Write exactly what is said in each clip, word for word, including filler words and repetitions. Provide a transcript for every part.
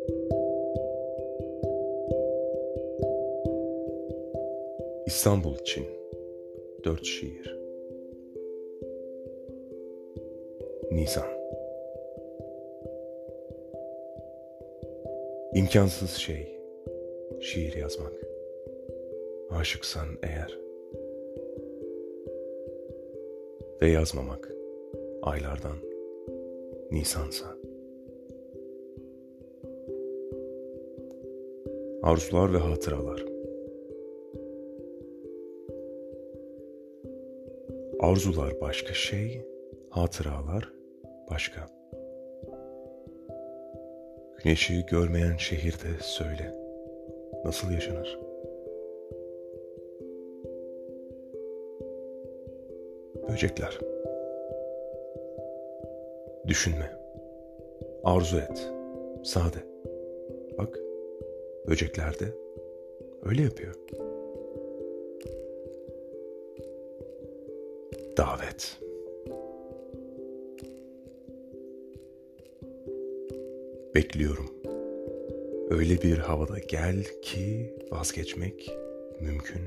İstanbul için dört şiir. Nisan. İmkansız şey şiir yazmak. Aşıksan eğer. Ve yazmamak aylardan Nisansa. Arzular ve hatıralar. Arzular başka şey, hatıralar başka. Güneşi görmeyen şehirde söyle, nasıl yaşanır? Böcekler. Düşünme, arzu et, sade. Bak, böcekler de öyle yapıyor. Davet. Bekliyorum. Öyle bir havada gel ki vazgeçmek mümkün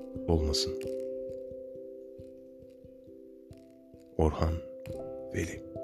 olmasın. Orhan Veli.